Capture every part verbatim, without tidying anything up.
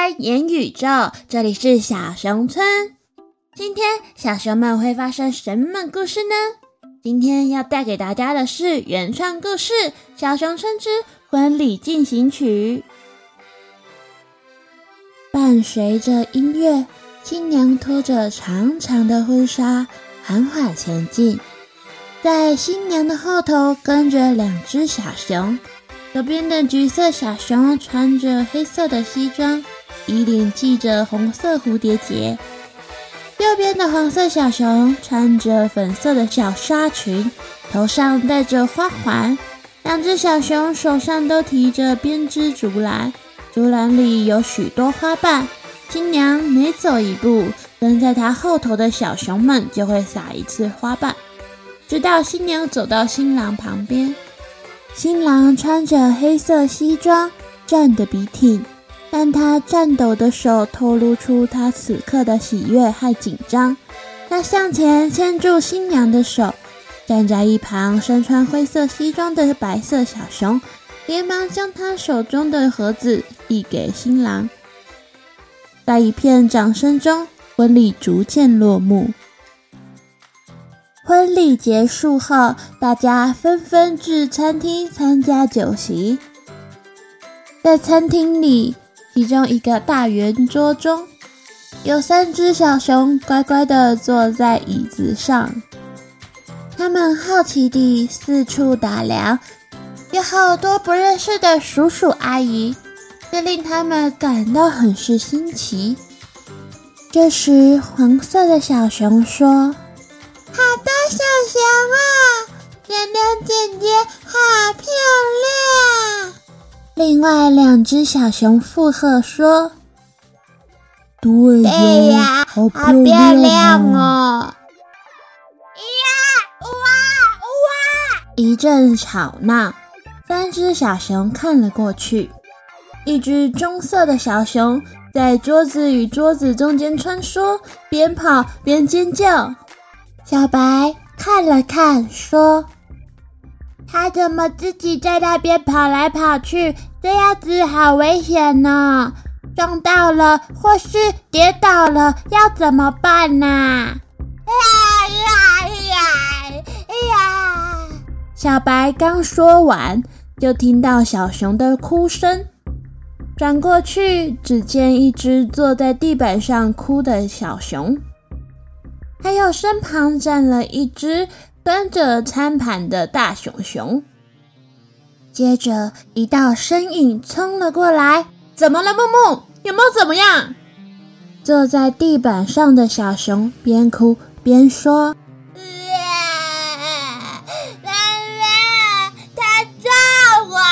开眼宇宙，这里是小熊村。今天小熊们会发生什么故事呢？今天要带给大家的是原创故事《小熊村之婚礼进行曲》。伴随着音乐，新娘拖着长长的婚纱缓缓前进，在新娘的后头跟着两只小熊。左边的橘色小熊穿着黑色的西装，衣领系着红色蝴蝶结。右边的黄色小熊穿着粉色的小纱裙，头上戴着花环。两只小熊手上都提着编织竹篮，竹篮里有许多花瓣。新娘每走一步，跟在她后头的小熊们就会撒一次花瓣，直到新娘走到新郎旁边。新郎穿着黑色西装，站得笔挺，但他颤抖的手透露出他此刻的喜悦和紧张。他向前牵住新娘的手，站在一旁身穿灰色西装的白色小熊连忙将他手中的盒子递给新郎。在一片掌声中，婚礼逐渐落幕。婚礼结束后，大家纷纷至餐厅参加酒席。在餐厅里，其中一个大圆桌中，有三只小熊乖乖地坐在椅子上。他们好奇地四处打量，有好多不认识的叔叔阿姨，这令他们感到很是新奇。这时，黄色的小熊说：好多小熊啊，亮亮姐姐好漂亮。另外两只小熊附和说：对呀，对呀，好漂亮，好漂亮哦。呀，哇哇！一阵吵闹，三只小熊看了过去。一只棕色的小熊在桌子与桌子中间穿梭，边跑边尖叫。小白看了看，说：他怎么自己在那边跑来跑去，这样子好危险呢，撞到了或是跌倒了要怎么办呢？哎呀哎呀哎呀！小白刚说完，就听到小熊的哭声。转过去，只见一只坐在地板上哭的小熊，还有身旁站了一只端着餐盘的大熊熊。接着一道身影冲了过来，怎么了木木？有没有怎么样？坐在地板上的小熊边哭边说：妈妈，他撞我。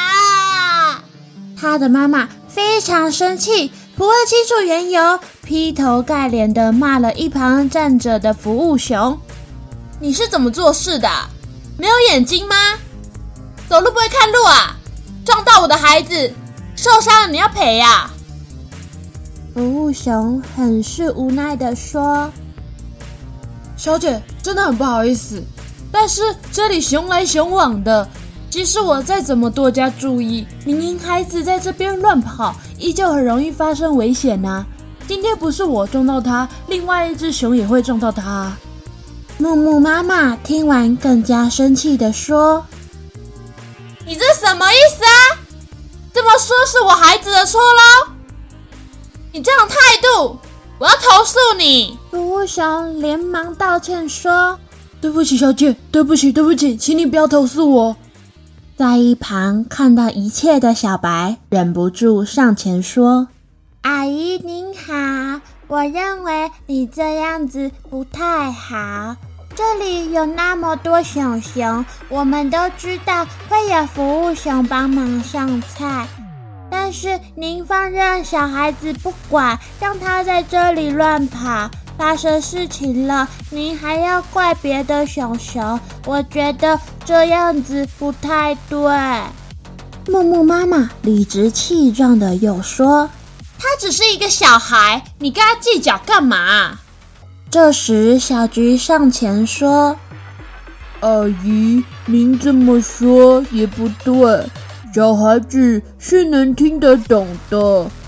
他的妈妈非常生气，不问清楚缘由，劈头盖脸的骂了一旁站着的服务熊：你是怎么做事的？没有眼睛吗？走路不会看路啊？撞到我的孩子，受伤了你要赔啊！服务熊很是无奈的说：小姐，真的很不好意思，但是这里熊来熊往的，即使我再怎么多加注意，明明孩子在这边乱跑，依旧很容易发生危险啊。今天不是我撞到他，另外一只熊也会撞到他。木木妈妈听完更加生气地说：你这什么意思啊？这么说是我孩子的错咯？你这样态度，我要投诉你！服务熊连忙道歉说：对不起小姐，对不起对不起，请你不要投诉我。在一旁看到一切的小白忍不住上前说：阿姨您好，我认为你这样子不太好。这里有那么多熊熊，我们都知道会有服务熊帮忙上菜，但是您放任小孩子不管，让他在这里乱跑，发生事情了，您还要怪别的熊熊，我觉得这样子不太对。木木妈妈理直气壮的又说：他只是一个小孩，你跟他计较干嘛？这时小菊上前说：阿姨，您这么说也不对，小孩子是能听得懂的，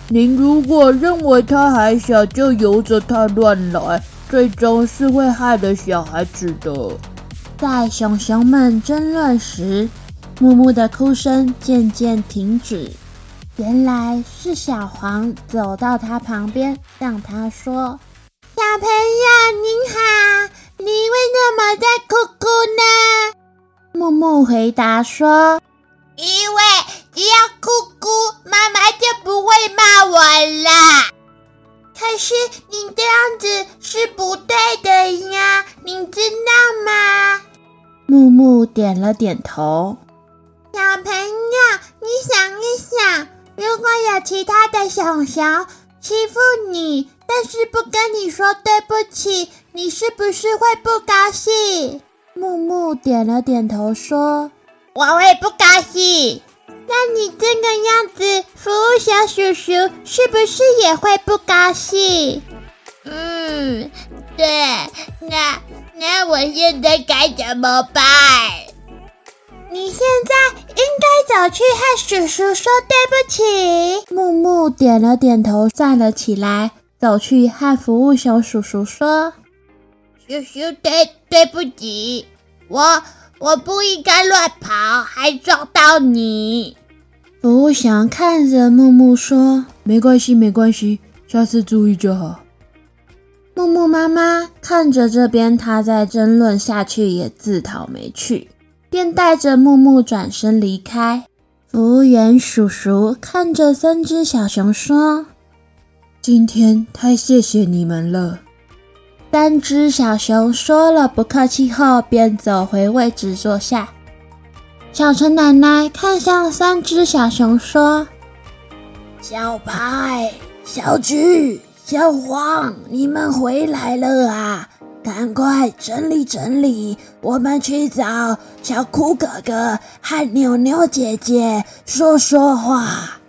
您如果认为他还小就由着他乱来，最终是会害了小孩子的。 在熊熊们争论时，木木的哭声渐渐停止。原来是小黄走到他旁边，向他说：小朋友您好，你为什么在哭哭呢？木木回答说：因为只要哭哭，妈妈就不会骂我啦。可是你这样子是不对的呀，你知道吗？木木点了点头。小朋友，你想一想，如果有其他的熊熊欺负你，但是不跟你说对不起，你是不是会不高兴？木木点了点头说：我会不高兴。那你这个样子，服务小叔叔是不是也会不高兴？嗯，对，那那我现在该怎么办？你现在应该走去和叔叔说对不起。木木点了点头，站了起来，走去和服务熊叔叔说：叔叔对对不起，我我不应该乱跑，还撞到你。服务熊看着木木说： 没关系没关系，下次注意就好。 木木妈妈看着这边他再争论下去也自讨没趣，便带着木木转身离开。服务员叔叔看着三只小熊说： 今天太谢谢你们了。 三只小熊说了不客气后，便走回位置坐下。小陈奶奶看向三只小熊说： 小白、小菊、小黄，你们回来了啊，赶快整理整理，我们去找小酷哥哥和牛牛姐姐说说话。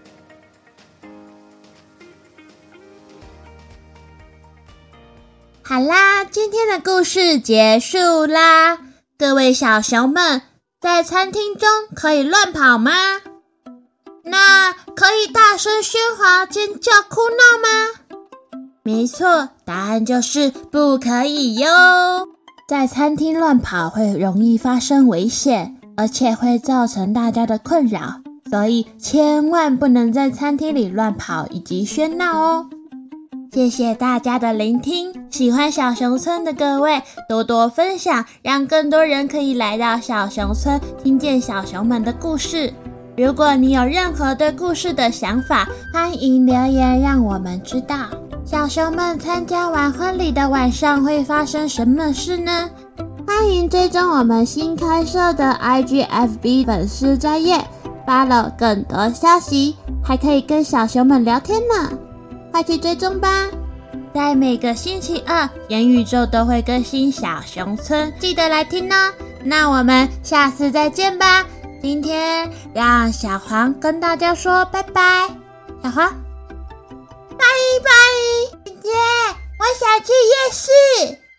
好啦，今天的故事结束啦。各位小熊们，在餐厅中可以乱跑吗？那可以大声喧哗、尖叫、哭闹吗？没错，答案就是不可以哟。在餐厅乱跑会容易发生危险，而且会造成大家的困扰，所以千万不能在餐厅里乱跑以及喧闹哦。谢谢大家的聆听，喜欢小熊村的各位多多分享，让更多人可以来到小熊村，听见小熊们的故事。如果你有任何对故事的想法，欢迎留言让我们知道。小熊们参加完婚礼的晚上会发生什么事呢？欢迎追踪我们新开设的 I G F B 粉丝专页 follow 更多消息，还可以跟小熊们聊天呢，快去追踪吧！在每个星期二，元宇宙都会更新小熊村，记得来听哦。那我们下次再见吧。今天让小黄跟大家说拜拜。小黄，拜拜，姐姐，我想去夜市。